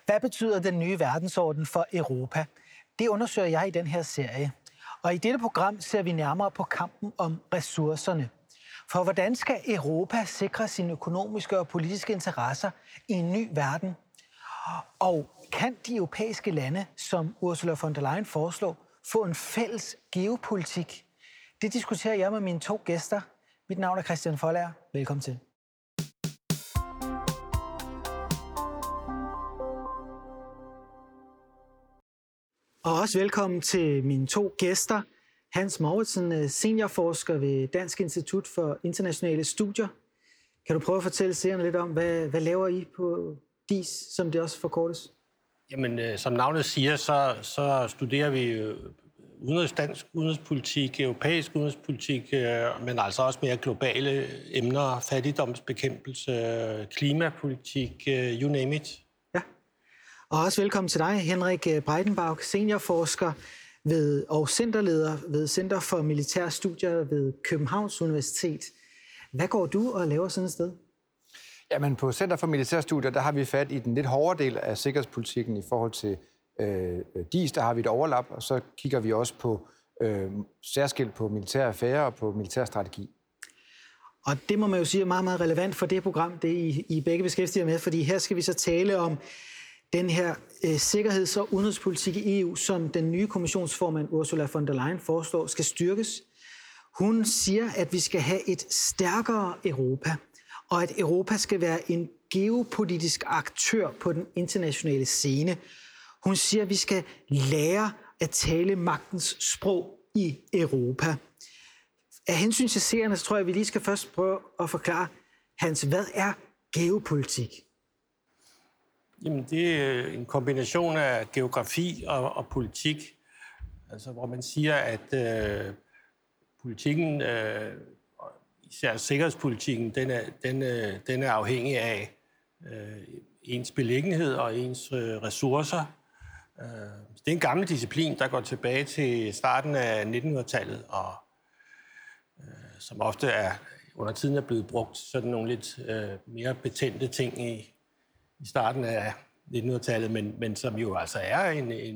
Hvad betyder den nye verdensorden for Europa? Det undersøger jeg i den her serie. Og i dette program ser vi nærmere på kampen om ressourcerne. For hvordan skal Europa sikre sine økonomiske og politiske interesser i en ny verden? Og kan de europæiske lande, som Ursula von der Leyen foreslår, få en fælles geopolitik? Det diskuterer jeg med mine to gæster. Mit navn er Christian Foldager. Velkommen til. Og også velkommen til mine to gæster. Hans Mouritsen, seniorforsker ved Dansk Institut for Internationale Studier. Kan du prøve at fortælle seerne lidt om, hvad laver I på DIS, som det også forkortes? Jamen, som navnet siger, så studerer vi dansk udenrigspolitik, europæisk udenrigspolitik, men altså også mere globale emner, fattigdomsbekæmpelse, klimapolitik, you name it. Ja, og også velkommen til dig, Henrik Breitenbach, seniorforsker og centerleder ved Center for Militære Studier ved Københavns Universitet. Hvad går du og laver sådan et sted? Jamen, på Center for Militære Studier, der har vi fat i den lidt hårdere del af sikkerhedspolitikken i forhold til DIS. Der har vi et overlap, og så kigger vi også på særskilt på militære affærer og på militær strategi. Og det må man jo sige er meget, meget relevant for det program, det I begge beskæftiger med, fordi her skal vi så tale om den her sikkerheds- og udenrigspolitik i EU, som den nye kommissionsformand Ursula von der Leyen foreslår, skal styrkes. Hun siger, at vi skal have et stærkere Europa, og at Europa skal være en geopolitisk aktør på den internationale scene. Hun siger, at vi skal lære at tale magtens sprog i Europa. Af hensyn til seerne, så tror jeg, at vi lige skal først prøve at forklare, Hans, hvad er geopolitik? Jamen, det er en kombination af geografi og politik. Altså, hvor man siger, at politikken, især sikkerhedspolitikken, den er afhængig af ens beliggenhed og ens ressourcer. Det er en gammel disciplin, der går tilbage til starten af 1900-tallet, og som ofte under tiden er blevet brugt sådan nogle lidt mere betændte ting i starten af 1900-tallet, men som jo altså er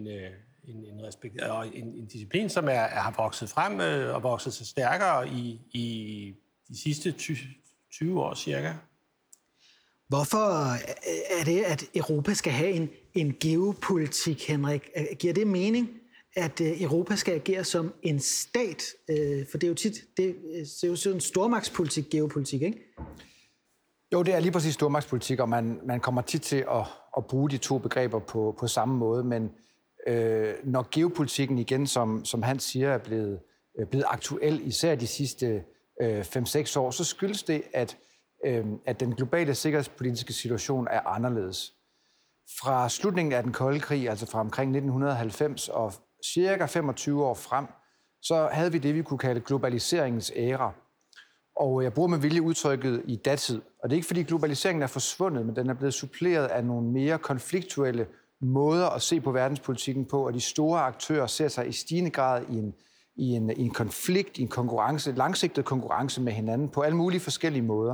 en disciplin, som har vokset frem og vokset sig stærkere i de sidste 20 år cirka. Hvorfor er det, at Europa skal have en geopolitik, Henrik? Giver det mening, at Europa skal agere som en stat? For det er jo tit det er jo sådan en stormagtspolitik, geopolitik, ikke? Jo, det er lige præcis stormagtspolitik, og man kommer tit til at bruge de to begreber på samme måde, men når geopolitikken igen, som han siger, er blevet aktuel, især de sidste 5-6 år, så skyldes det, at den globale sikkerhedspolitiske situation er anderledes. Fra slutningen af den kolde krig, altså fra omkring 1990 og cirka 25 år frem, så havde vi det, vi kunne kalde globaliseringens æra. Og jeg bruger med vilje udtrykket i datid. Og det er ikke, fordi globaliseringen er forsvundet, men den er blevet suppleret af nogle mere konfliktuelle måder at se på verdenspolitikken på, og de store aktører ser sig i stigende grad i en konflikt, i en konkurrence, langsigtet konkurrence med hinanden på alle mulige forskellige måder.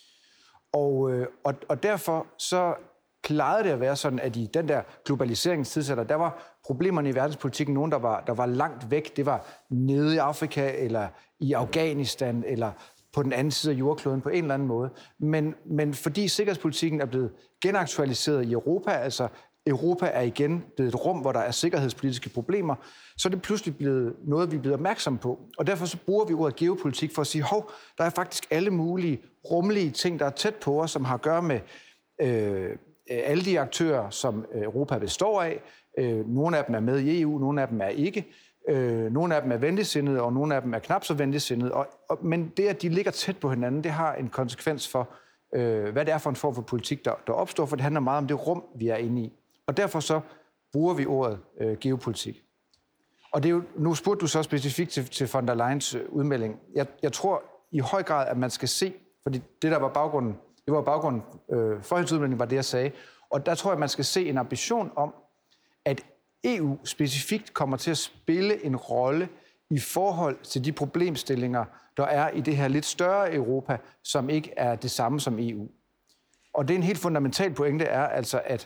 Og derfor så plejede det at være sådan, at i den der globaliseringstidsalder, der var problemerne i verdenspolitikken nogen, der var langt væk. Det var nede i Afrika, eller i Afghanistan, eller på den anden side af jordkloden på en eller anden måde. Men fordi sikkerhedspolitikken er blevet genaktualiseret i Europa, altså Europa er igen blevet et rum, hvor der er sikkerhedspolitiske problemer, så er det pludselig blevet noget, vi er blevet opmærksom på. Og derfor så bruger vi ordet geopolitik for at sige, der er faktisk alle mulige rummelige ting, der er tæt på os, som har at gøre med alle de aktører, som Europa består af. Nogle af dem er med i EU, nogle af dem er ikke. Nogle af dem er venligsindede, og nogle af dem er knap så venligsindede. Men det, at de ligger tæt på hinanden, det har en konsekvens for, hvad det er for en form for politik, der opstår, for det handler meget om det rum, vi er inde i. Og derfor så bruger vi ordet geopolitik. Og det er jo, nu spurgte du så specifikt til von der Leyens udmelding. Jeg tror i høj grad, at man skal se, fordi det var baggrunden for hendes udmelding, var det, jeg sagde. Og der tror jeg, at man skal se en ambition om, at EU specifikt kommer til at spille en rolle i forhold til de problemstillinger, der er i det her lidt større Europa, som ikke er det samme som EU. Og det er en helt fundamental pointe, er altså, at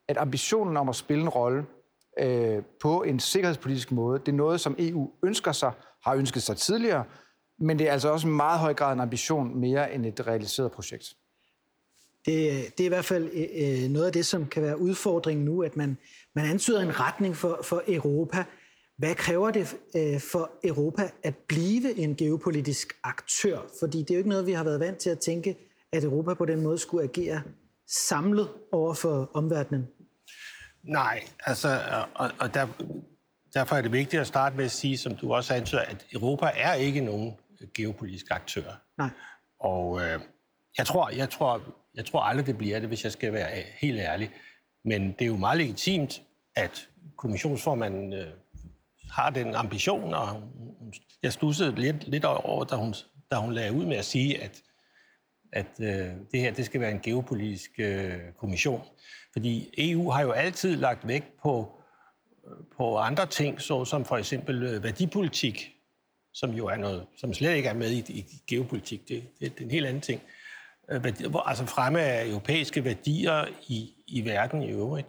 at ambitionen om at spille en rolle på en sikkerhedspolitisk måde, det er noget, som EU ønsker sig, har ønsket sig tidligere, men det er altså også en meget høj grad en ambition mere end et realiseret projekt. Det er i hvert fald noget af det, som kan være udfordringen nu, at man antyder en retning for Europa. Hvad kræver det for Europa at blive en geopolitisk aktør? Fordi det er jo ikke noget, vi har været vant til at tænke, at Europa på den måde skulle agere samlet over for omverdenen. Nej, altså, og derfor er det vigtigt at starte med at sige, som du også antyder, at Europa er ikke nogen geopolitisk aktør. Nej. Og jeg tror aldrig, det bliver det, hvis jeg skal være helt ærlig. Men det er jo meget legitimt, at kommissionsformanden har den ambition, og jeg studsede lidt over, da hun lagde ud med at sige, at det her det skal være en geopolitisk kommission. Fordi EU har jo altid lagt vægt på andre ting, såsom for eksempel værdipolitik, som jo er noget, som slet ikke er med i geopolitik. Det er en helt anden ting. Altså fremme af europæiske værdier i verden i øvrigt.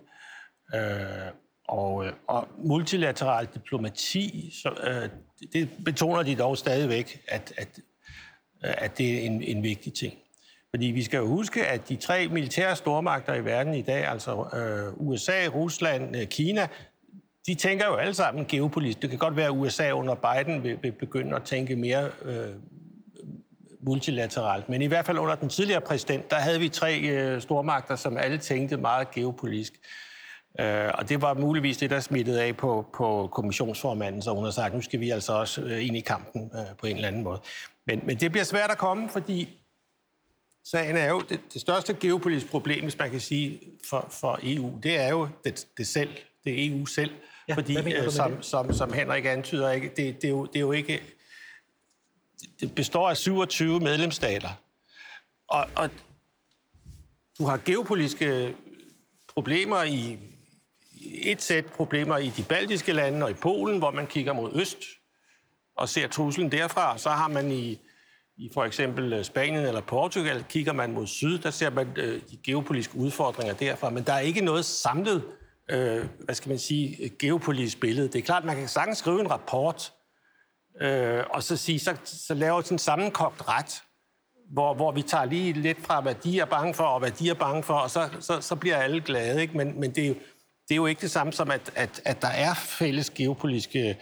Og multilateral diplomati, det betoner de dog stadigvæk, at det er en vigtig ting. Fordi vi skal jo huske, at de 3 militære stormagter i verden i dag, altså USA, Rusland, Kina, de tænker jo alle sammen geopolitisk. Det kan godt være, at USA under Biden vil begynde at tænke mere multilateralt. Men i hvert fald under den tidligere præsident, der havde vi 3 stormagter, som alle tænkte meget geopolitisk. Og det var muligvis det, der smittede af på kommissionsformanden, så hun har sagt, nu skal vi altså også ind i kampen på en eller anden måde. Men det bliver svært at komme, fordi sagen er jo, det største geopolitiske problem, hvis man kan sige, for EU, det er jo det selv. Det er EU selv. Ja, fordi, som Henrik antyder, ikke, det er jo ikke... Det består af 27 medlemsstater. Og du har geopolitiske problemer i et sæt problemer i de baltiske lande og i Polen, hvor man kigger mod øst og ser truslen derfra. Så har man i for eksempel Spanien eller Portugal, kigger man mod syd, der ser man de geopolitiske udfordringer derfra. Men der er ikke noget samlet, geopolitisk billede. Det er klart, man kan sagtens skrive en rapport, og så laver sådan en sammenkogt ret, hvor vi tager lige lidt fra, hvad de er bange for, og hvad de er bange for, og så bliver alle glade, ikke? Men det er jo ikke det samme som, at der er fælles geopolitiske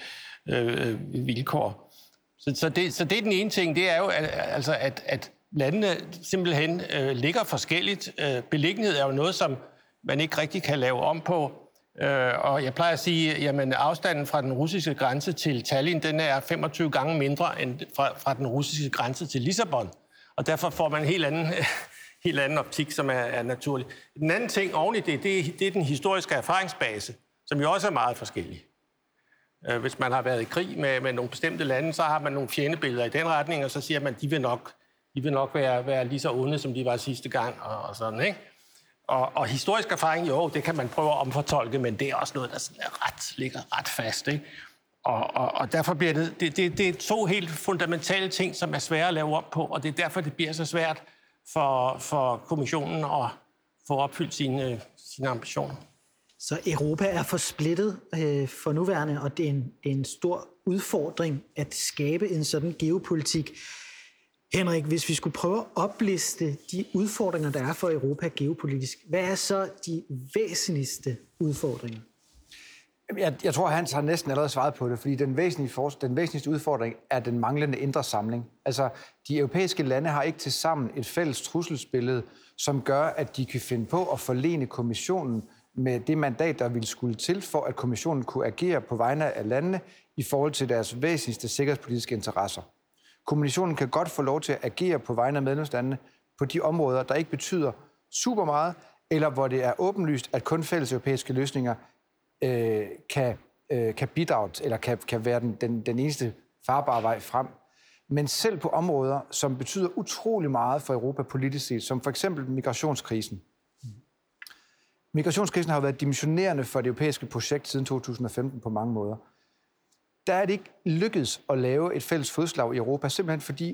vilkår. Så det er den ene ting, det er jo, at landene simpelthen ligger forskelligt. Beliggenhed er jo noget, som man ikke rigtig kan lave om på. Og jeg plejer at sige, at afstanden fra den russiske grænse til Tallinn, den er 25 gange mindre end fra den russiske grænse til Lissabon. Og derfor får man en helt anden optik, som er naturlig. Den anden ting oven i det er den historiske erfaringsbase, som jo også er meget forskellig. Hvis man har været i krig med nogle bestemte lande, så har man nogle fjendebilleder i den retning, og så siger man, at de vil nok være lige så onde, som de var sidste gang, og sådan, ikke? Og historisk erfaring, jo, det kan man prøve at omfortolke, men det er også noget, der ligger ret fast, ikke? Og derfor bliver det er 2 helt fundamentale ting, som er svære at lave op på, og det er derfor, det bliver så svært for kommissionen at få opfyldt sine ambitioner. Så Europa er for splittet for nuværende, og det er en stor udfordring at skabe en sådan geopolitik. Henrik, hvis vi skulle prøve at opliste de udfordringer, der er for Europa geopolitisk, hvad er så de væsentligste udfordringer? Jeg tror, Hans har næsten allerede svaret på det, fordi den væsentligste udfordring er den manglende indre samling. Altså, de europæiske lande har ikke tilsammen et fælles trusselsbillede, som gør, at de kan finde på at forlene kommissionen med det mandat, der ville skulle til, for at kommissionen kunne agere på vegne af landene i forhold til deres væsentligste sikkerhedspolitiske interesser. Kommissionen kan godt få lov til at agere på vegne af medlemslandene på de områder, der ikke betyder super meget, eller hvor det er åbenlyst, at kun fælles europæiske løsninger kan bidrage, eller kan være den eneste farbare vej frem. Men selv på områder, som betyder utrolig meget for Europa politisk set, som for eksempel migrationskrisen. Migrationskrisen har været dimensionerende for det europæiske projekt siden 2015 på mange måder. Der er det ikke lykkedes at lave et fælles fodslag i Europa, simpelthen fordi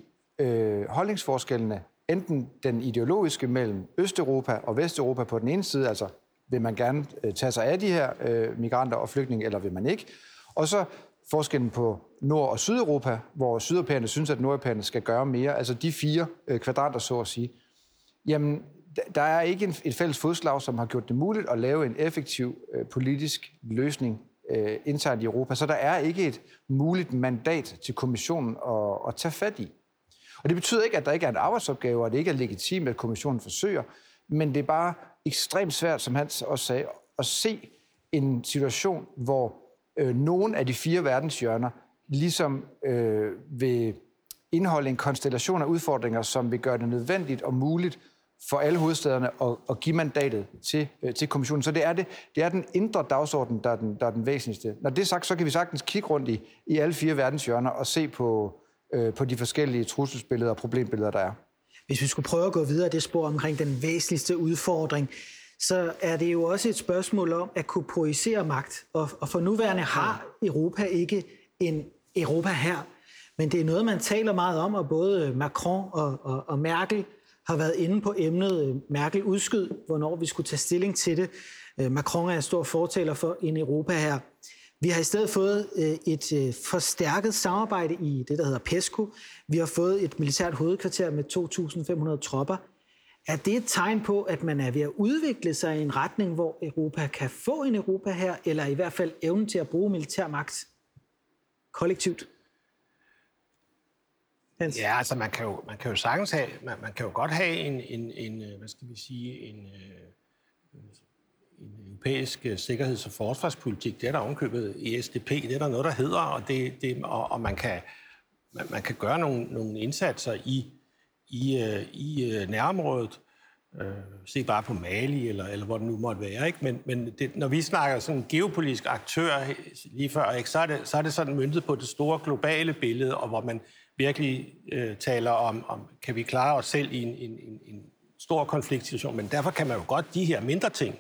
holdningsforskellene, enten den ideologiske mellem Østeuropa og Vesteuropa på den ene side, altså vil man gerne tage sig af de her migranter og flygtninge, eller vil man ikke? Og så forskellen på Nord- og Sydeuropa, hvor sydeuropæerne synes, at nordeuropæerne skal gøre mere, altså de 4 kvadranter, så at sige. Jamen, der er ikke et fælles fodslag, som har gjort det muligt at lave en effektiv politisk løsning internt i Europa, så der er ikke et muligt mandat til kommissionen at tage fat i. Og det betyder ikke, at der ikke er en arbejdsopgave, og det ikke er legitimt, at kommissionen forsøger, men det er bare ekstremt svært, som han også sagde, at se en situation, hvor nogle af de 4 verdenshjørner ligesom vil indeholde en konstellation af udfordringer, som vil gøre det nødvendigt og muligt for alle hovedstæderne at give mandatet til kommissionen. Så det er den indre dagsorden, der er den væsentligste. Når det er sagt, så kan vi sagtens kigge rundt i alle 4 verdenshjørner og se på de forskellige trusselsbilleder og problembilleder, der er. Hvis vi skulle prøve at gå videre det spor omkring den væsentligste udfordring, så er det jo også et spørgsmål om at kunne projicere magt. Og for nuværende har Europa ikke en Europa her, men det er noget, man taler meget om, og både Macron og Merkel har været inde på emnet. Merkel udskød, hvornår vi skulle tage stilling til det. Macron er en stor fortaler for en Europa her. Vi har i stedet fået et forstærket samarbejde i det, der hedder PESCO. Vi har fået et militært hovedkvarter med 2.500 tropper. Er det et tegn på, at man er ved at udvikle sig i en retning, hvor Europa kan få en Europa her, eller i hvert fald evnen til at bruge militær magt kollektivt? Hans? Ja, altså man kan jo sagtens have, man kan jo godt have en hvad skal vi sige, en europæisk sikkerheds- og forsvarspolitik. Det er der ovenkøbet i SDP, det er der noget, der hedder, og man kan gøre nogle indsatser i nærområdet. Se bare på Mali, eller hvor det nu måtte være. Ikke? Men når vi snakker sådan geopolitisk aktør lige før, ikke, så er det sådan møntet på det store globale billede, og hvor man virkelig taler om, kan vi klare os selv i en stor konfliktsituation. Men derfor kan man jo godt de her mindre ting.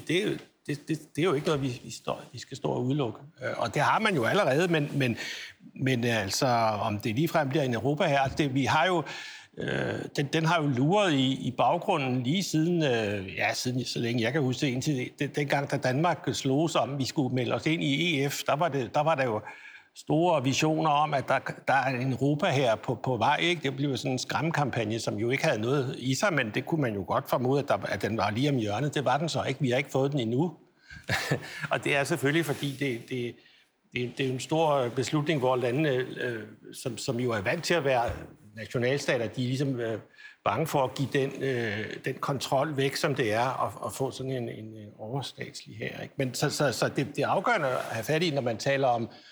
Det er jo ikke noget, vi skal stå og udelukke. Og det har man jo allerede, men altså, om det ligefrem bliver en Europa her, vi har jo den har jo luret i baggrunden lige siden, siden så længe jeg kan huske det, indtil dengang, da Danmark slogs om, vi skulle melde os ind i EF, der var der jo store visioner om, at der er en Europa her på vej. Ikke? Det blev sådan en skræmmekampagne, som jo ikke havde noget i sig, men det kunne man jo godt formode, at den var lige om hjørnet. Det var den så ikke. Vi har ikke fået den endnu. Og det er selvfølgelig, fordi det er en stor beslutning, hvor landene, som jo er vant til at være nationalstater, de er ligesom bange for at give den kontrol væk, som det er, og få sådan en overstatslig her. Ikke? Men så det er afgørende at have fat i, når man taler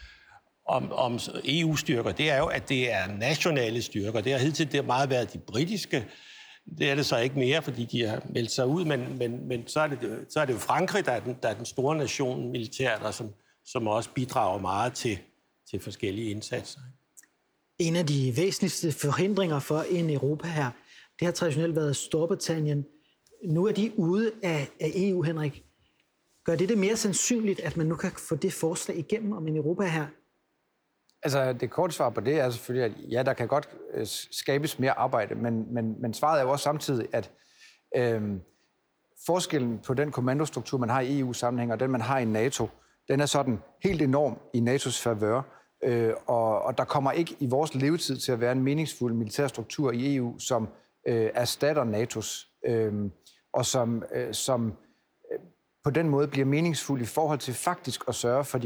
om EU-styrker, det er jo, at det er nationale styrker. Det har hidtil meget været de britiske. Det er det så ikke mere, fordi de har meldt sig ud, men så er det jo Frankrig, der er den store nation militært, som også bidrager meget til forskellige indsatser. En af de væsentligste forhindringer for en Europa her, det har traditionelt været Storbritannien. Nu er de ude af EU, Henrik. Gør det mere sandsynligt, at man nu kan få det forslag igennem om en Europa her? Altså, det korte svar på det er selvfølgelig, at ja, der kan godt skabes mere arbejde, men svaret er jo også samtidig, at forskellen på den kommandostruktur, man har i EU-sammenhæng, og den, man har i NATO, den er sådan helt enorm i NATO's favør. Og der kommer ikke i vores levetid til at være en meningsfuld militær struktur i EU, som erstatter NATO's, og som på den måde bliver meningsfuld i forhold til faktisk at sørge for de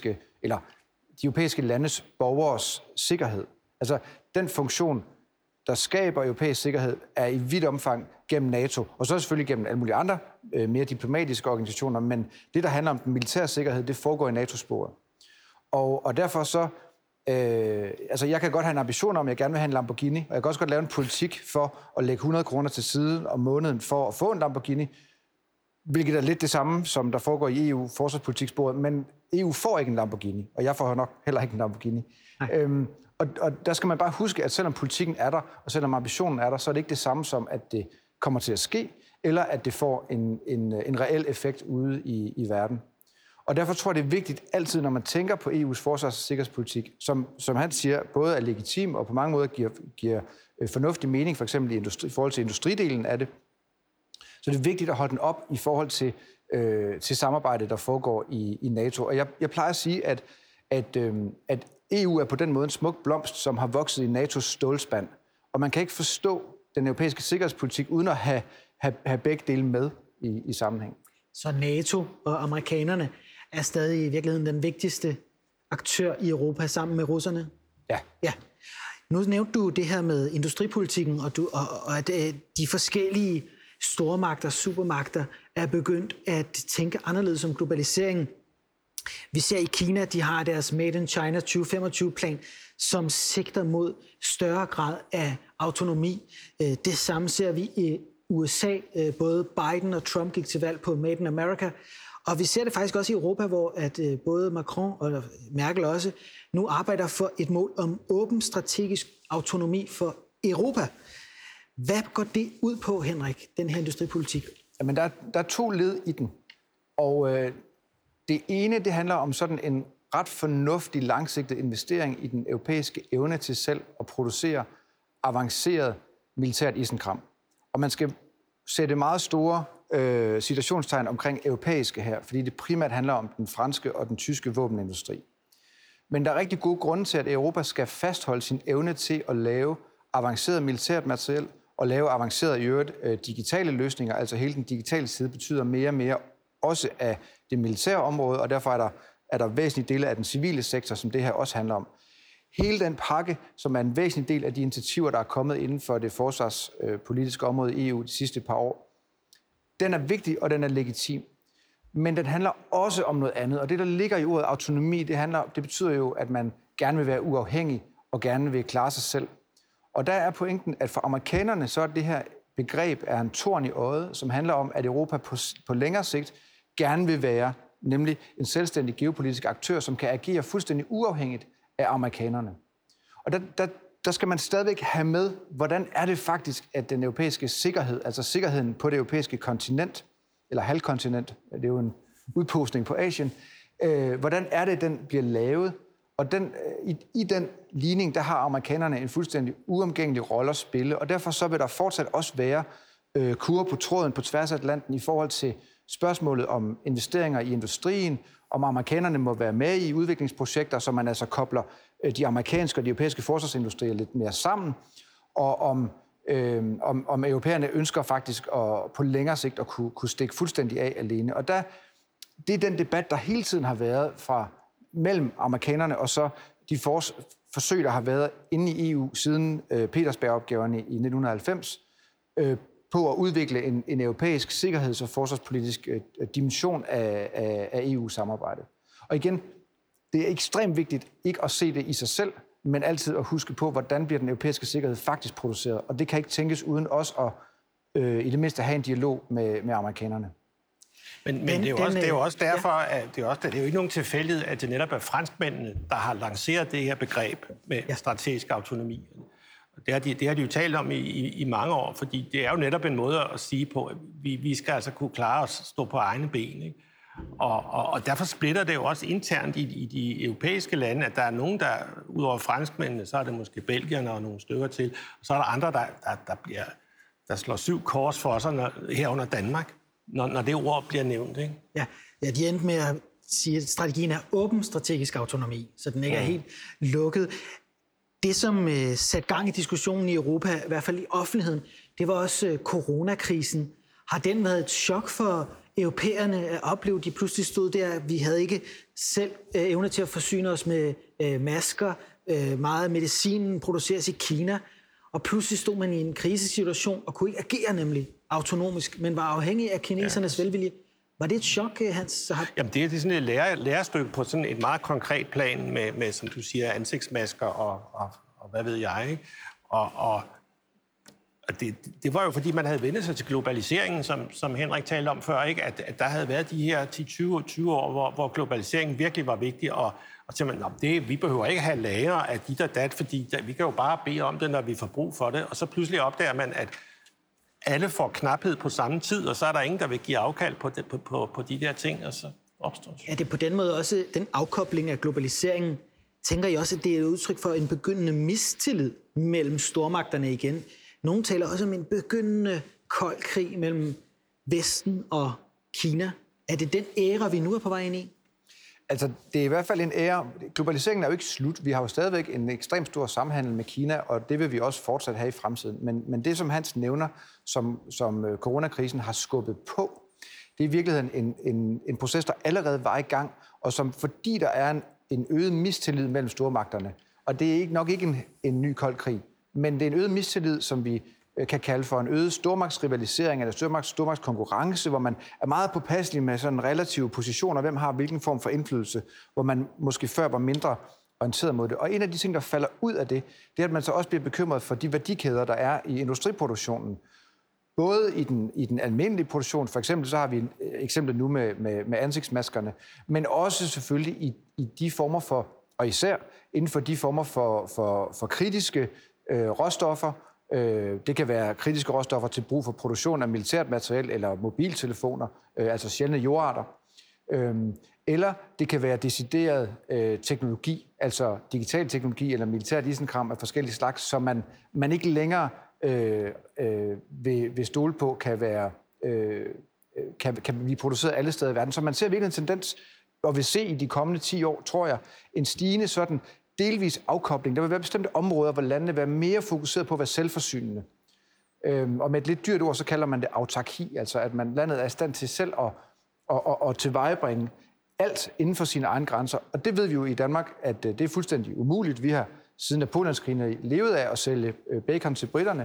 europæiske landes borgers sikkerhed. Altså den funktion, der skaber europæisk sikkerhed, er i vidt omfang gennem NATO, og så selvfølgelig gennem alle mulige andre mere diplomatiske organisationer, men det, der handler om den militære sikkerhed, det foregår i NATO-sporet. Og derfor så, jeg kan godt have en ambition om, at jeg gerne vil have en Lamborghini, og jeg kan også godt lave en politik for at lægge 100 kroner til side om måneden for at få en Lamborghini, hvilket er lidt det samme, som der foregår i EU-forsvarspolitiksporet, men EU får ikke en Lamborghini, og jeg får nok heller ikke en Lamborghini. Og der skal man bare huske, at selvom politikken er der, og selvom ambitionen er der, så er det ikke det samme som, at det kommer til at ske, eller at det får en reel effekt ude i verden. Og derfor tror jeg, det er vigtigt altid, når man tænker på EU's forsvars- og sikkerhedspolitik, som han siger, både er legitim og på mange måder giver fornuftig mening, for eksempel i forhold til industridelen af det, så det er vigtigt at holde den op i forhold til til samarbejde, der foregår i NATO. Og jeg plejer at sige, at EU er på den måde en smuk blomst, som har vokset i NATO's stålspand. Og man kan ikke forstå den europæiske sikkerhedspolitik uden at have begge dele med i sammenhæng. Så NATO og amerikanerne er stadig i virkeligheden den vigtigste aktør i Europa sammen med russerne? Ja. Nu nævnte du det her med industripolitikken, og at de forskellige stormagter, supermagter, er begyndt at tænke anderledes om globaliseringen. Vi ser i Kina, de har deres Made in China 2025-plan, som sigter mod større grad af autonomi. Det samme ser vi i USA. Både Biden og Trump gik til valg på Made in America. Og vi ser det faktisk også i Europa, hvor at både Macron og Merkel også nu arbejder for et mål om åben strategisk autonomi for Europa. Hvad går det ud på, Henrik, den her industripolitik? Jamen, der er 2 led i den. Og det ene, det handler om sådan en ret fornuftig, langsigtet investering i den europæiske evne til selv at producere avanceret militært isenkram. Og man skal sætte meget store situationstegn omkring europæiske her, fordi det primært handler om den franske og den tyske våbenindustri. Men der er rigtig gode grunde til, at Europa skal fastholde sin evne til at lave avanceret militært materiel og lave avancerede i øvrigt digitale løsninger. Altså hele den digitale side betyder mere og mere også af det militære område, og derfor er der væsentlige dele af den civile sektor, som det her også handler om. Hele den pakke, som er en væsentlig del af de initiativer, der er kommet inden for det forsvarspolitiske område i EU de sidste par år, den er vigtig, og den er legitim. Men den handler også om noget andet, og det, der ligger i ordet autonomi, det betyder jo, at man gerne vil være uafhængig og gerne vil klare sig selv. Og der er pointen, at for amerikanerne, så er det her begreb er en torn i øjet, som handler om, at Europa på længere sigt gerne vil være, nemlig en selvstændig geopolitisk aktør, som kan agere fuldstændig uafhængigt af amerikanerne. Og der skal man stadigvæk have med, hvordan er det faktisk, at den europæiske sikkerhed, altså sikkerheden på det europæiske kontinent, eller halvkontinent, det er jo en udpostning på Asien, hvordan er det, den bliver lavet? Og i den ligning, der har amerikanerne en fuldstændig uomgængelig rolle at spille, og derfor så vil der fortsat også være kurver på tråden på tværs af Atlanten i forhold til spørgsmålet om investeringer i industrien, om amerikanerne må være med i udviklingsprojekter, så man altså kobler de amerikanske og de europæiske forsvarsindustrier lidt mere sammen, og om europæerne ønsker faktisk på længere sigt at kunne stikke fuldstændig af alene. Og det er den debat, der hele tiden har været fra mellem amerikanerne og så de forsøg, der har været inde i EU siden Petersberg-opgaverne i 1990, på at udvikle en europæisk sikkerheds- og forsvarspolitisk dimension af EU-samarbejdet. Og igen, det er ekstremt vigtigt ikke at se det i sig selv, men altid at huske på, hvordan bliver den europæiske sikkerhed faktisk produceret. Og det kan ikke tænkes uden også at i det mindste have en dialog med amerikanerne. Men det er jo også derfor, at det er jo ikke nogen tilfældighed, at det netop er franskmændene, der har lanceret det her begreb med strategisk autonomi. Det har de jo talt om i mange år, fordi det er jo netop en måde at sige på, at vi skal altså kunne klare os, stå på egne ben. Ikke? Og derfor splitter det jo også internt i de europæiske lande, at der er nogen, der udover franskmændene, så er det måske belgierne og nogle stykker til, og så er der andre, der slår 7 kors for sig herunder Danmark, når det ord bliver nævnt. Ikke? Ja, de endte med at sige, at strategien er åben strategisk autonomi, så den ikke er helt lukket. Det, som satte gang i diskussionen i Europa, i hvert fald i offentligheden, det var også coronakrisen. Har den været et chok for europæerne at opleve, de pludselig stod der? Vi havde ikke selv evne til at forsyne os med masker. Meget medicinen produceres i Kina. Og pludselig stod man i en krisesituation og kunne ikke agere nemlig autonomisk, men var afhængig af kinesernes velvilje. Var det et chok, Hans? Jamen, det er sådan et lærestykke på sådan et meget konkret plan med som du siger, ansigtsmasker og hvad ved jeg, ikke? Og det var jo, fordi man havde vendt sig til globaliseringen, som Henrik talte om før, ikke? At der havde været de her 10-20 år, hvor globaliseringen virkelig var vigtig, og simpelthen, vi behøver ikke have lager af dit og dat, fordi vi kan jo bare bede om det, når vi får brug for det. Og så pludselig opdager man, at alle får knaphed på samme tid, og så er der ingen, der vil give afkald på de der ting, og så opstår det. Er det på den måde også den afkobling af globaliseringen? Tænker I også, at det er et udtryk for en begyndende mistillid mellem stormagterne igen? Nogle taler også om en begyndende kold krig mellem Vesten og Kina. Er det den æra, vi nu er på vej ind i? Altså, det er i hvert fald en æra. Globaliseringen er jo ikke slut. Vi har jo stadigvæk en ekstremt stor samhandel med Kina, og det vil vi også fortsat have i fremtiden. Men det, som Hans nævner, som coronakrisen har skubbet på, det er i virkeligheden en proces, der allerede var i gang, og som fordi der er en øget mistillid mellem stormagterne, og det er nok ikke en ny kold krig, men det er en øget mistillid, som vi kan kalde for en øget stormagtsrivalisering eller stormagtskonkurrence, hvor man er meget påpasselig med sådan relative positioner, hvem har hvilken form for indflydelse, hvor man måske før var mindre orienteret mod det. Og en af de ting, der falder ud af det, det er, at man så også bliver bekymret for de værdikæder, der er i industriproduktionen. Både i den almindelige produktion, for eksempel så har vi et eksempel nu med ansigtsmaskerne, men også selvfølgelig i de former for, og især inden for de former for kritiske råstoffer. Det kan være kritiske råstoffer til brug for produktion af militært materiel eller mobiltelefoner, altså sjældne jordarter. Eller det kan være decideret teknologi, altså digital teknologi eller militært isenkram af forskellige slags, som man ikke længere vil stole på kan blive produceret alle steder i verden. Så man ser virkelig en tendens, og vil se i de kommende 10 år, tror jeg, en stigende sådan delvis afkobling. Der vil være bestemte områder, hvor landene vil være mere fokuseret på at være selvforsynende. Og med et lidt dyrt ord, så kalder man det autarki, altså at landet er i stand til selv at tilvejebringe alt inden for sine egne grænser. Og det ved vi jo i Danmark, at det er fuldstændig umuligt. Vi har siden Napoleonskrigen levet af at sælge bacon til briterne.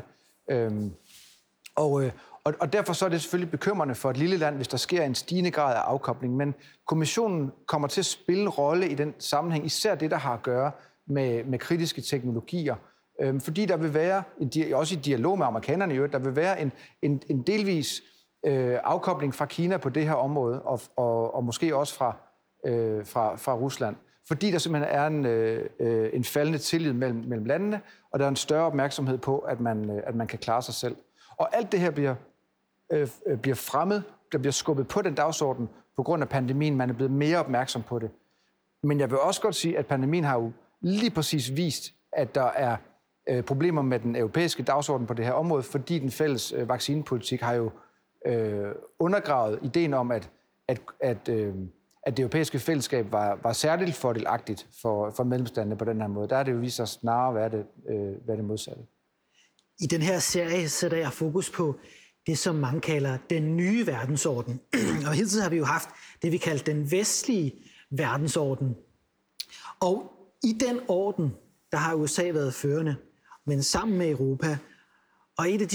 Og derfor så er det selvfølgelig bekymrende for et lille land, hvis der sker en stigende grad af afkobling. Men kommissionen kommer til at spille en rolle i den sammenhæng, især det, der har at gøre med kritiske teknologier. Fordi der vil være, også i dialog med amerikanerne i øvrigt, der vil være en delvis afkobling fra Kina på det her område, og måske også fra Rusland. Fordi der simpelthen er en faldende tillid mellem landene, og der er en større opmærksomhed på, at man kan klare sig selv. Og alt det her bliver fremmet, der bliver skubbet på den dagsorden på grund af pandemien. Man er blevet mere opmærksom på det. Men jeg vil også godt sige, at pandemien har jo lige præcis vist, at der er problemer med den europæiske dagsorden på det her område, fordi den fælles vaccinepolitik har jo undergravet ideen om, at det europæiske fællesskab var særligt fordelagtigt for medlemslandene på den her måde. Der er det jo vist sig snarere at være det modsatte. I den her serie sætter jeg fokus på det, som mange kalder den nye verdensorden. Og hele tiden har vi jo haft det, vi kalder den vestlige verdensorden. Og i den orden, der har USA været førende, men sammen med Europa. Og en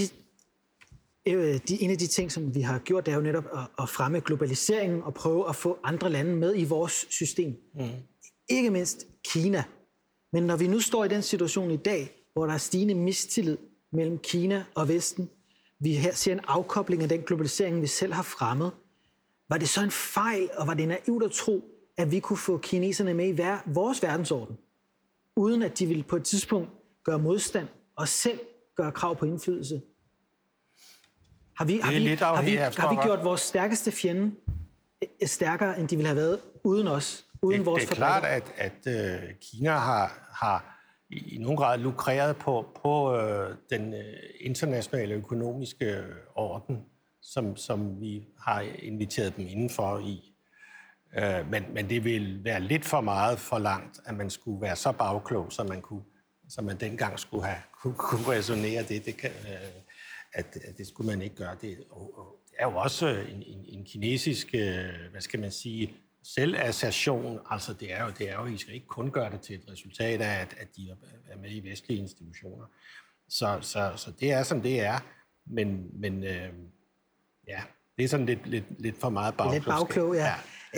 af de ting, som vi har gjort, det er jo netop at fremme globaliseringen og prøve at få andre lande med i vores system. Ikke mindst Kina. Men når vi nu står i den situation i dag, hvor der er stigende mistillid mellem Kina og Vesten, vi her ser en afkobling af den globalisering, vi selv har fremmet. Var det så en fejl, og var det naivt at tro, at vi kunne få kineserne med i vores verdensorden, uden at de ville på et tidspunkt gøre modstand og selv gøre krav på indflydelse? Har vi gjort vores stærkeste fjende stærkere, end de ville have været uden os, uden vores fabrikker? Det er klart, at Kina har i nogen grad lukreret på den internationale økonomiske orden, som vi har inviteret dem indenfor i. Men det vil være lidt for meget for langt, at man skulle være så bagklog, så man dengang skulle have kunne resonere det. At det skulle man ikke gøre. Det er jo også en kinesisk, hvad skal man sige, selvassertion. Altså det er jo, I skal ikke kun gøre det til et resultat af, at de er med i vestlige institutioner. Så det er, som det er. Men ja, det er sådan lidt for meget bagklogskab. Lidt bagklog, ja.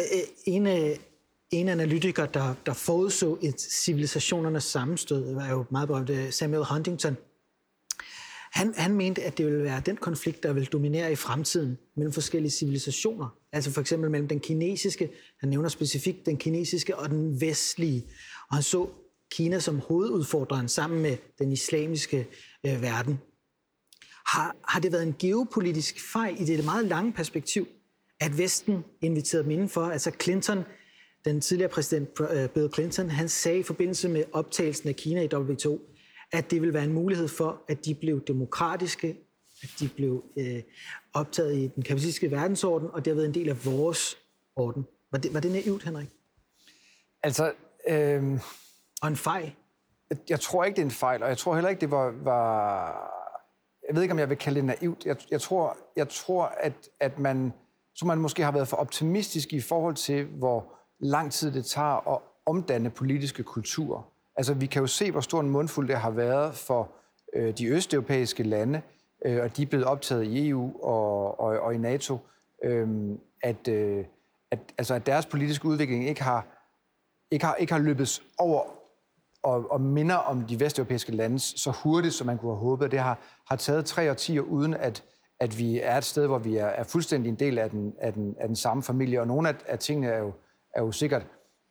En analytiker, der forudså et civilisationernes sammenstød, var jo meget berømt, Samuel Huntington. Han mente, at det ville være den konflikt, der vil dominere i fremtiden mellem forskellige civilisationer. Altså for eksempel mellem den kinesiske, han nævner specifikt den kinesiske og den vestlige. Og han så Kina som hovedudfordreren sammen med den islamiske verden. Har det været en geopolitisk fejl i det meget lange perspektiv, at Vesten inviterede dem indenfor? Altså Clinton, den tidligere præsident Bill Clinton, han sagde i forbindelse med optagelsen af Kina i WTO, at det vil være en mulighed for, at de blev demokratiske at de blev optaget i den kapitalistiske verdensorden, og derved en del af vores orden. Var det naivt, Henrik? Altså... Og en fejl? Jeg tror ikke, det er en fejl, og jeg tror heller ikke, det var... Jeg ved ikke, om jeg vil kalde det naivt. Jeg tror at man måske har været for optimistisk i forhold til, hvor lang tid det tager at omdanne politiske kulturer. Altså, vi kan jo se, hvor stor en mundfuld det har været for de østeuropæiske lande, og de er blevet optaget i EU og i NATO, at deres politiske udvikling ikke har løbet over og minder om de vesteuropæiske lande så hurtigt, som man kunne have håbet. Det har taget 3 årtier, uden at vi er et sted, hvor vi er fuldstændig en del af den samme familie. Og nogle af tingene er jo sikkert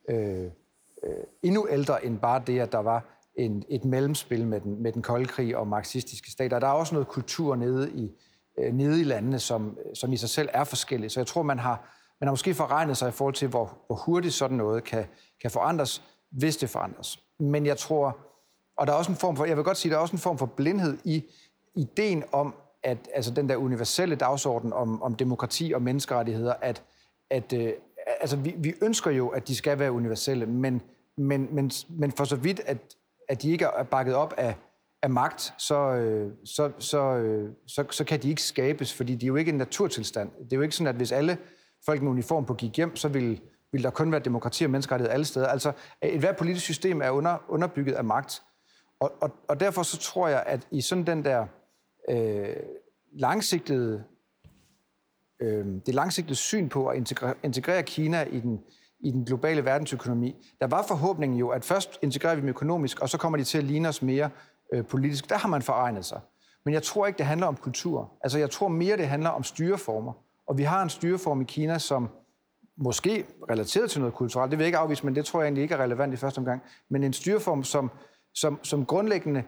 endnu ældre end bare det, at der var et mellemspil med den kolde krig og marxistiske stater. Der er også noget kultur nede i landene, som i sig selv er forskellige. Så jeg tror, man har måske forregnet sig i forhold til, hvor hurtigt sådan noget kan forandres, hvis det forandres. Men jeg tror, og der er også en form for, jeg vil godt sige, der er også en form for blindhed i ideen om, at altså den der universelle dagsorden om demokrati og menneskerettigheder, altså vi ønsker jo, at de skal være universelle, men for så vidt, at de ikke er bakket op af magt, så kan de ikke skabes, fordi de er jo ikke en naturtilstand. Det er jo ikke sådan, at hvis alle folk med uniform på gik hjem, så vil der kun være demokrati og menneskerettighed alle steder. Altså, et hvert politisk system er underbygget af magt. Og derfor så tror jeg, at i sådan den der det langsigtede syn på at integrere Kina i den globale verdensøkonomi, der var forhåbningen jo, at først integrerer vi dem økonomisk, og så kommer de til at ligne os mere politisk. Der har man foregnet sig. Men jeg tror ikke, det handler om kultur. Altså, jeg tror mere, det handler om styreformer. Og vi har en styreform i Kina, som måske relateret til noget kulturelt, det vil jeg ikke afvise, men det tror jeg egentlig ikke er relevant i første omgang, men en styreform, som grundlæggende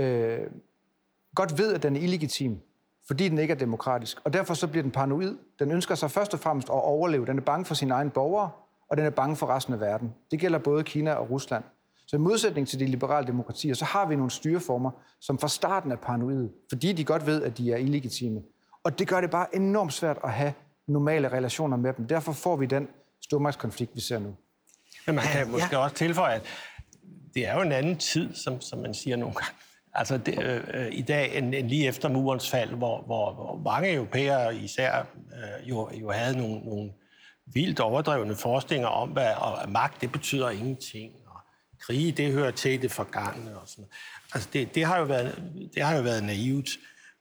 godt ved, at den er illegitim, fordi den ikke er demokratisk. Og derfor så bliver den paranoid. Den ønsker sig først og fremmest at overleve. Den er bange for sine egne borgere, og den er bange for resten af verden. Det gælder både Kina og Rusland. Så i modsætning til de liberale demokratier, så har vi nogle styreformer, som fra starten er paranoide, fordi de godt ved, at de er illegitime. Og det gør det bare enormt svært at have normale relationer med dem. Derfor får vi den stormagtskonflikt, vi ser nu. Men man kan måske også tilføje, at det er jo en anden tid, som man siger nogle gange. Altså i dag, end lige efter murens fald, hvor mange europæere især jo havde nogle vildt overdrevne forestillinger om, at magt, det betyder ingenting, og krige, det hører til det forgangne og sådan. Altså det har jo været naivt.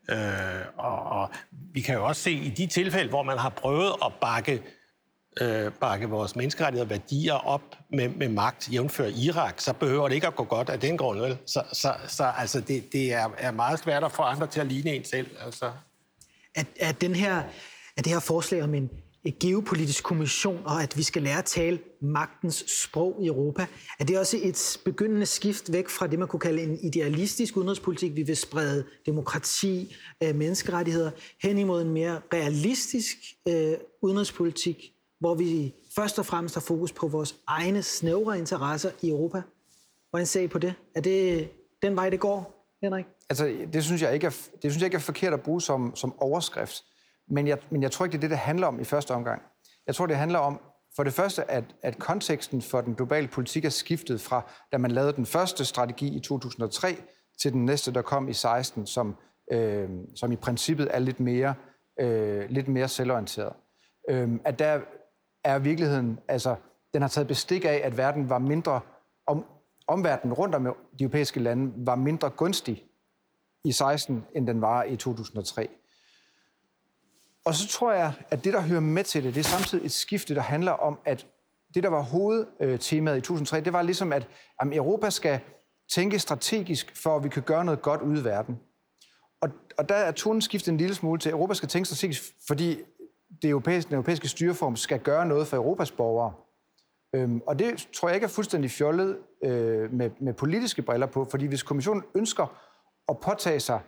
Og vi kan jo også se i de tilfælde, hvor man har prøvet at bakke vores menneskerettigheder og værdier op med magt, jævnfør Irak, så behøver det ikke at gå godt af den grund, vel? Så altså, det er meget svært at få andre til at ligne en selv. Altså. At det her forslag om en geopolitisk kommission, og at vi skal lære at tale magtens sprog i Europa, er det også et begyndende skift væk fra det, man kunne kalde en idealistisk udenrigspolitik, vi vil sprede demokrati, menneskerettigheder, hen imod en mere realistisk udenrigspolitik, hvor vi først og fremmest har fokus på vores egne snævre interesser i Europa. Hvordan ser I på det? Er det den vej, det går, Henrik? Altså, det synes jeg ikke er forkert at bruge som overskrift. Men jeg tror ikke, det er det, det handler om i første omgang. Jeg tror, det handler om, for det første, at konteksten for den globale politik er skiftet fra, da man lavede den første strategi i 2003, til den næste, der kom i 2016, som i princippet er lidt mere selvorienteret. At der er virkeligheden, altså, den har taget bestik af, at verden var mindre, omverdenen rundt om de europæiske lande var mindre gunstig i 16, end den var i 2003. Og så tror jeg, at det, der hører med til det er samtidig et skifte, der handler om, at det, der var hovedtemaet i 2003, det var ligesom, at Europa skal tænke strategisk, for at vi kan gøre noget godt ude i verden. Og der er tonen skiftet en lille smule til, at Europa skal tænke strategisk, fordi den europæiske styreform skal gøre noget for Europas borgere. Og det tror jeg ikke er fuldstændig fjollet med politiske briller på, fordi hvis kommissionen ønsker at påtage sig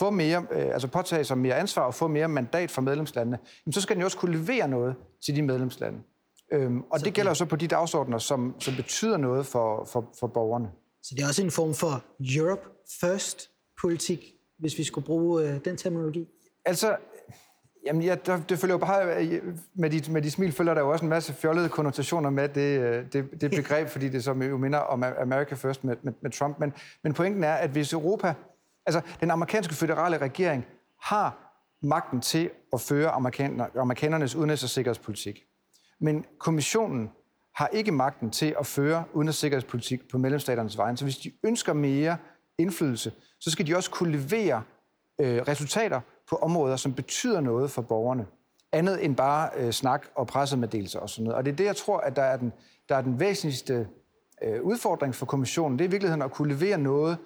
mere ansvar og få mere mandat fra medlemslandene, så skal den jo også kunne levere noget til de medlemslande. Og det gælder jo så på de dagsordner, som betyder noget for borgerne. Så det er også en form for Europe First-politik, hvis vi skulle bruge den terminologi? Altså, jamen, det følger jo bare, med de smil følger der jo også en masse fjollede konnotationer med det begreb, fordi det som jo minder om America First med Trump. Men pointen er, at hvis Europa, altså den amerikanske føderale regering, har magten til at føre amerikanernes udenrigs- og sikkerhedspolitik, men kommissionen har ikke magten til at føre udenrigs- og sikkerhedspolitik på medlemsstaternes vegne. Så hvis de ønsker mere indflydelse, så skal de også kunne levere resultater på områder, som betyder noget for borgerne. Andet end bare snak og pressemeddelelser og sådan noget. Og det er det, jeg tror, at der er den væsentligste udfordring for kommissionen. Det er i virkeligheden at kunne levere noget.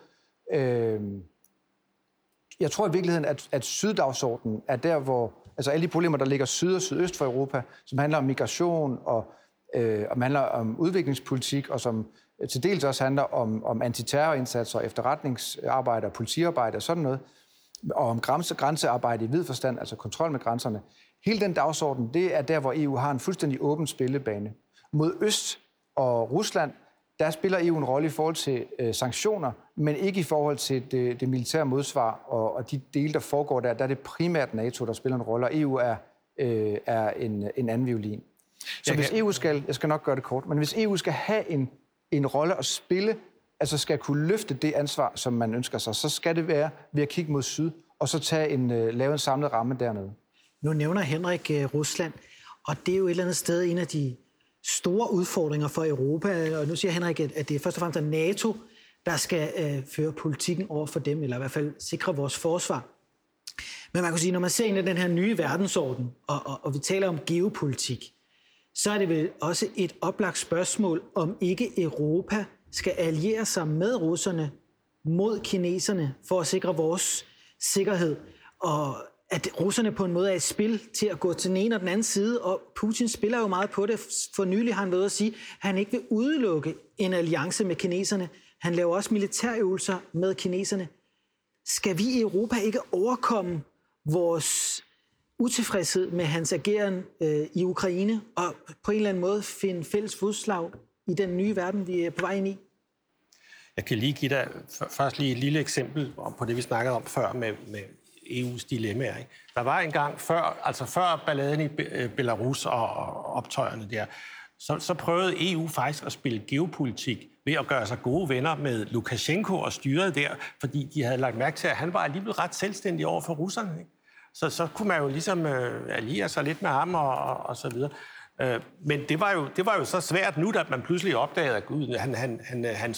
Jeg tror i virkeligheden, at syddagsordenen er der, hvor altså alle de problemer, der ligger syd og sydøst for Europa, som handler om migration og handler om udviklingspolitik, og som til dels også handler om antiterrorindsatser, efterretningsarbejde og politiarbejde og sådan noget, og om grænsearbejde i vid forstand, altså kontrol med grænserne. Hele den dagsorden, det er der, hvor EU har en fuldstændig åben spillebane. Mod øst og Rusland, der spiller EU en rolle i forhold til sanktioner, men ikke i forhold til det militære modsvar og de dele, der foregår der. Der er det primært NATO, der spiller en rolle, og EU er en anden violin. Så hvis EU skal, jeg skal nok gøre det kort, men hvis EU skal have en rolle at spille, altså skal kunne løfte det ansvar, som man ønsker sig, så skal det være ved at kigge mod syd, og så lave en samlet ramme dernede. Nu nævner Henrik Rusland, og det er jo et eller andet sted en af de store udfordringer for Europa, og nu siger Henrik, at det er først og fremmest NATO, der skal føre politikken over for dem, eller i hvert fald sikre vores forsvar. Men man kan sige, når man ser ind i den her nye verdensorden, og vi taler om geopolitik, så er det vel også et oplagt spørgsmål, om ikke Europa skal alliere sig med russerne mod kineserne for at sikre vores sikkerhed, og at russerne på en måde er et spil til at gå til den ene og den anden side, og Putin spiller jo meget på det. For nylig har han været at sige, at han ikke vil udelukke en alliance med kineserne. Han laver også militærøvelser med kineserne. Skal vi i Europa ikke overkomme vores utilfredshed med hans ageren i Ukraine, og på en eller anden måde finde fælles fodslag i den nye verden, vi er på vej ind i? Jeg kan lige give dig først lige et lille eksempel på det, vi snakkede om før med EU's dilemmaer. Ikke? Der var en gang før balladen i Belarus og optøjerne der, så prøvede EU faktisk at spille geopolitik ved at gøre sig gode venner med Lukashenko og styret der, fordi de havde lagt mærke til, at han var alligevel ret selvstændig over for russerne. Ikke? Så kunne man jo ligesom alliere sig lidt med ham og så videre. Men det var jo så svært nu, at man pludselig opdagede, at Gud, han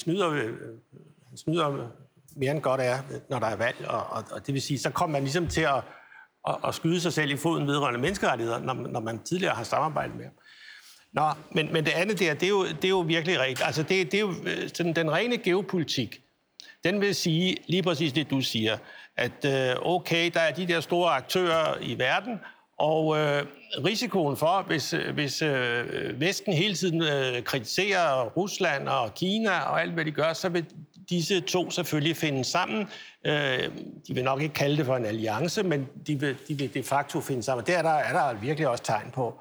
snyder mere end godt er, når der er valg. Og det vil sige, så kom man ligesom til at skyde sig selv i foden vedrørende menneskerettigheder, når man tidligere har samarbejdet med ham. Nå, men det andet der, det er jo virkelig rigtigt. Altså, det er jo sådan, den rene geopolitik, den vil sige lige præcis det, du siger, at okay, der er de der store aktører i verden, og risikoen for, hvis Vesten hele tiden kritiserer Rusland og Kina og alt, hvad de gør, så vil disse to selvfølgelig finde sammen. De vil nok ikke kalde det for en alliance, men de vil de facto finde sammen. Det er der virkelig også tegn på.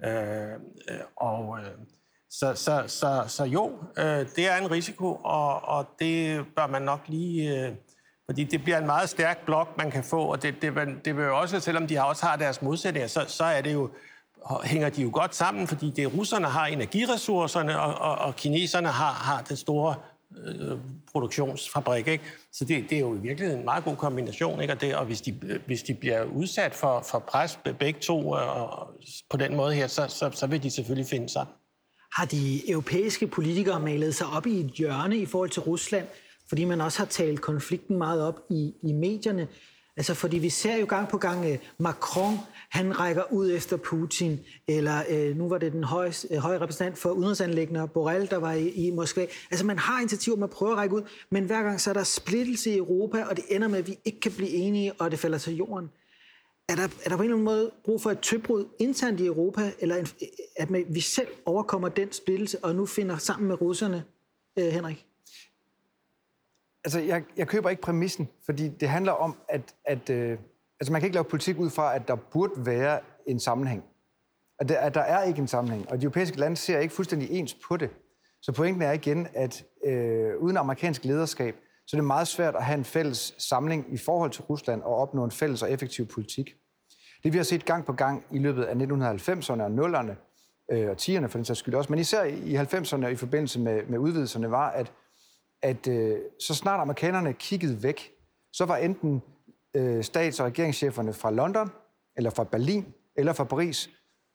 Så jo, det er en risiko, og det bør man nok lige... fordi det bliver en meget stærk blok, man kan få, og det vil jo også, selvom de også har deres modsætninger, så er det jo, hænger de jo godt sammen, fordi det russerne har energiressourcerne, og kineserne har den store produktionsfabrik, ikke? Så det er jo i virkeligheden en meget god kombination, ikke? Og hvis de bliver udsat for pres begge to på den måde her, så vil de selvfølgelig finde sammen. Har de europæiske politikere malet sig op i et hjørne i forhold til Rusland, fordi man også har talt konflikten meget op i medierne? Altså, fordi vi ser jo gang på gang, Macron, han rækker ud efter Putin, eller nu var det den høje repræsentant for udenrigsanliggender, Borrell, der var i Moskva. Altså, man har initiativer, man prøver at række ud, men hver gang så er der splittelse i Europa, og det ender med, at vi ikke kan blive enige, og det falder til jorden. Er der på en eller anden måde brug for et tøbrud internt i Europa, eller at vi selv overkommer den splittelse, og nu finder sammen med russerne, Henrik? Altså, jeg køber ikke præmissen, fordi det handler om, at man kan ikke lave politik ud fra, at der burde være en sammenhæng. At der er ikke en sammenhæng, og de europæiske lande ser ikke fuldstændig ens på det. Så pointen er igen, at uden amerikansk lederskab, så det er meget svært at have en fælles samling i forhold til Rusland og opnå en fælles og effektiv politik. Det vi har set gang på gang i løbet af 1990'erne og 0'erne, og 10'erne for den sags skyld også, men især i 90'erne og i forbindelse med udvidelserne, var, at så snart amerikanerne kiggede væk, så var enten stats- og regeringscheferne fra London, eller fra Berlin, eller fra Paris,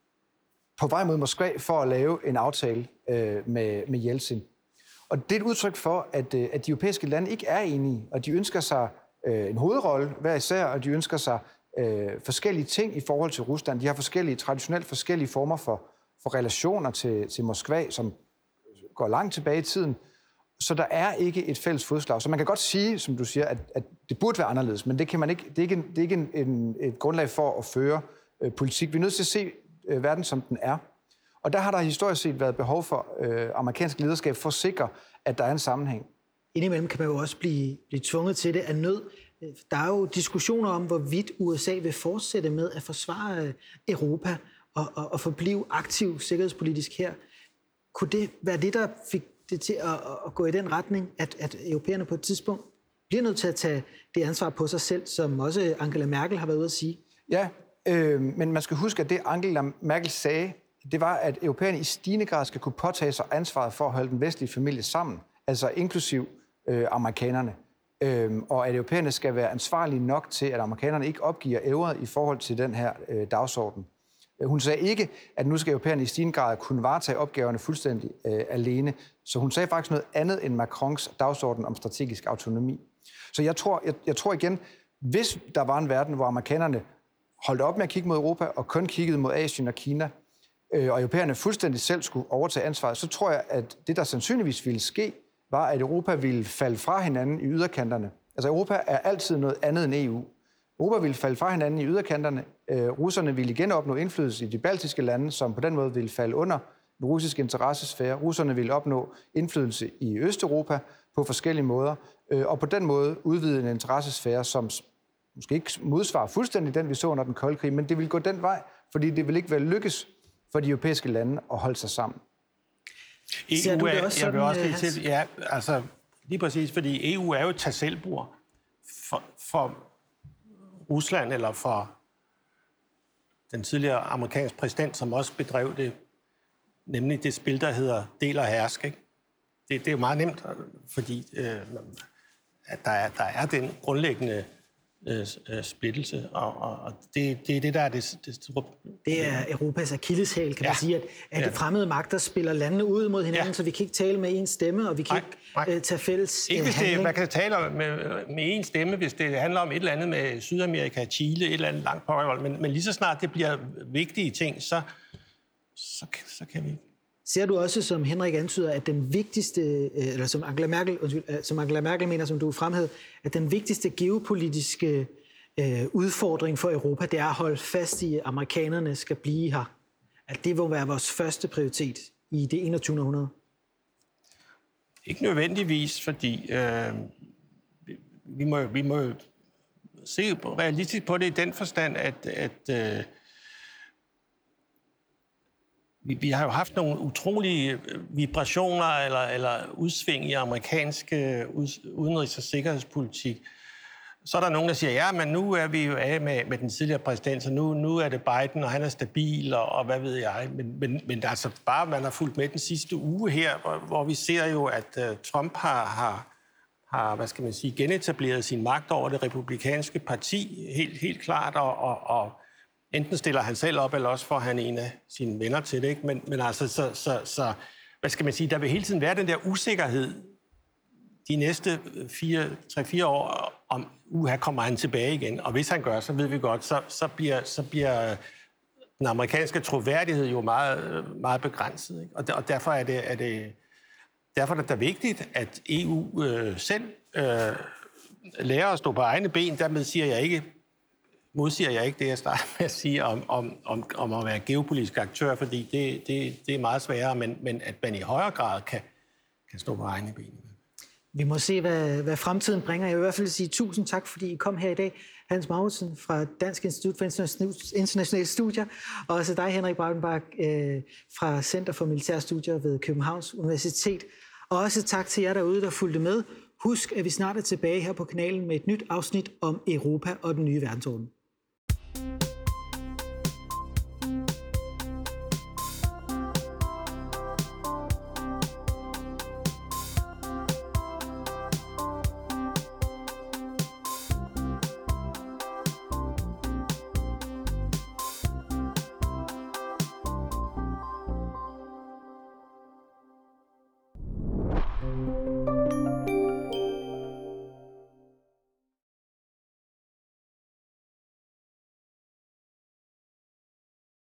på vej mod Moskva for at lave en aftale med Jeltsin. Og det er et udtryk for, at de europæiske lande ikke er enige, og de ønsker sig en hovedrolle hver især, og de ønsker sig forskellige ting i forhold til Rusland. De har traditionelt forskellige former for relationer til Moskva, som går langt tilbage i tiden. Så der er ikke et fælles fodslag. Så man kan godt sige, som du siger, at det burde være anderledes, men det kan man ikke. Det er ikke et grundlag for at føre politik. Vi er nødt til at se verden, som den er. Og der har der historisk set været behov for amerikansk lederskab for at sikre, at der er en sammenhæng. Indimellem kan man jo også blive tvunget til det af nød. Der er jo diskussioner om, hvorvidt USA vil fortsætte med at forsvare Europa og forblive aktiv sikkerhedspolitisk her. Kunne det være det, der fik det til at gå i den retning, at europæerne på et tidspunkt bliver nødt til at tage det ansvar på sig selv, som også Angela Merkel har været ude at sige? Ja, men man skal huske, at det Angela Merkel sagde, det var, at europæerne i stigende grad skal kunne påtage sig ansvaret for at holde den vestlige familie sammen, altså inklusiv amerikanerne. Og at europæerne skal være ansvarlige nok til, at amerikanerne ikke opgiver ævret i forhold til den her dagsorden. Hun sagde ikke, at nu skal europæerne i stigende grad kunne varetage opgaverne fuldstændig alene. Så hun sagde faktisk noget andet end Macrons dagsorden om strategisk autonomi. Så jeg tror igen, hvis der var en verden, hvor amerikanerne holdt op med at kigge mod Europa og kun kiggede mod Asien og Kina, og europæerne fuldstændig selv skulle overtage ansvaret, så tror jeg, at det, der sandsynligvis ville ske, var, at Europa ville falde fra hinanden i yderkanterne. Altså Europa er altid noget andet end EU. Europa ville falde fra hinanden i yderkanterne. Russerne ville igen opnå indflydelse i de baltiske lande, som på den måde ville falde under den russiske interessesfære. Russerne ville opnå indflydelse i Østeuropa på forskellige måder, og på den måde udvide en interessesfære, som måske ikke modsvarer fuldstændig den, vi så under den kolde krig, men det vil gå den vej, fordi det vil ikke være lykkes for de europæiske lande at holde sig sammen. Ser du det også sådan, jeg vil også lige til, ja, altså lige præcis, fordi EU er jo et tag selv-bord for Rusland, eller for den tidligere amerikanske præsident, som også bedrev det, nemlig det spil, der hedder del og hersk. Ikke? Det er jo meget nemt, fordi at der er den grundlæggende splittelse, og det er det, der er det store. Det er Europas akilleshæl, kan man sige, at fremmede magter spiller landene ud mod hinanden, så vi kan ikke tale med én stemme, og vi kan ikke tage fælles handling. Man kan tale med én stemme, hvis det handler om et eller andet med Sydamerika, Chile, et eller andet langt påhold, men lige så snart det bliver vigtige ting, så kan vi ikke. Ser du også, som Henrik antyder, at den vigtigste, eller som Angela Merkel mener, som du fremhævede, at den vigtigste geopolitiske udfordring for Europa, det er at holde fast i, at amerikanerne skal blive her. At det vil være vores første prioritet i det 21. århundrede? Ikke nødvendigvis, fordi vi må se realistisk på det i den forstand, at vi har jo haft nogle utrolige vibrationer eller udsving i amerikansk udenrigs- og sikkerhedspolitik. Så er der nogen, der siger, ja, men nu er vi jo af med den tidligere præsident, så nu er det Biden, og han er stabil, og hvad ved jeg. Men altså bare, man har fulgt med den sidste uge her, hvor vi ser jo, at Trump har hvad skal man sige, genetableret sin magt over det republikanske parti, helt klart, og enten stiller han selv op, eller også får han en af sine venner til det. Ikke? Men altså, så hvad skal man sige, der vil hele tiden være den der usikkerhed de næste 3-4 år, om her kommer han tilbage igen. Og hvis han gør, så ved vi godt, så bliver den amerikanske troværdighed jo meget, meget begrænset. Ikke? Og derfor er det vigtigt, at EU selv lærer at stå på egne ben. Dermed modsiger jeg ikke det, jeg starter med at sige om at være geopolitisk aktør, fordi det er meget sværere, men at man i højere grad kan stå på egne ben. Vi må se, hvad fremtiden bringer. Jeg vil i hvert fald sige tusind tak, fordi I kom her i dag. Hans Mauritzen fra Dansk Institut for Internationale Studier, og også dig, Henrik Braudenbach, fra Center for Militære Studier ved Københavns Universitet. Og også tak til jer derude, der fulgte med. Husk, at vi snart er tilbage her på kanalen med et nyt afsnit om Europa og den nye verdensorden.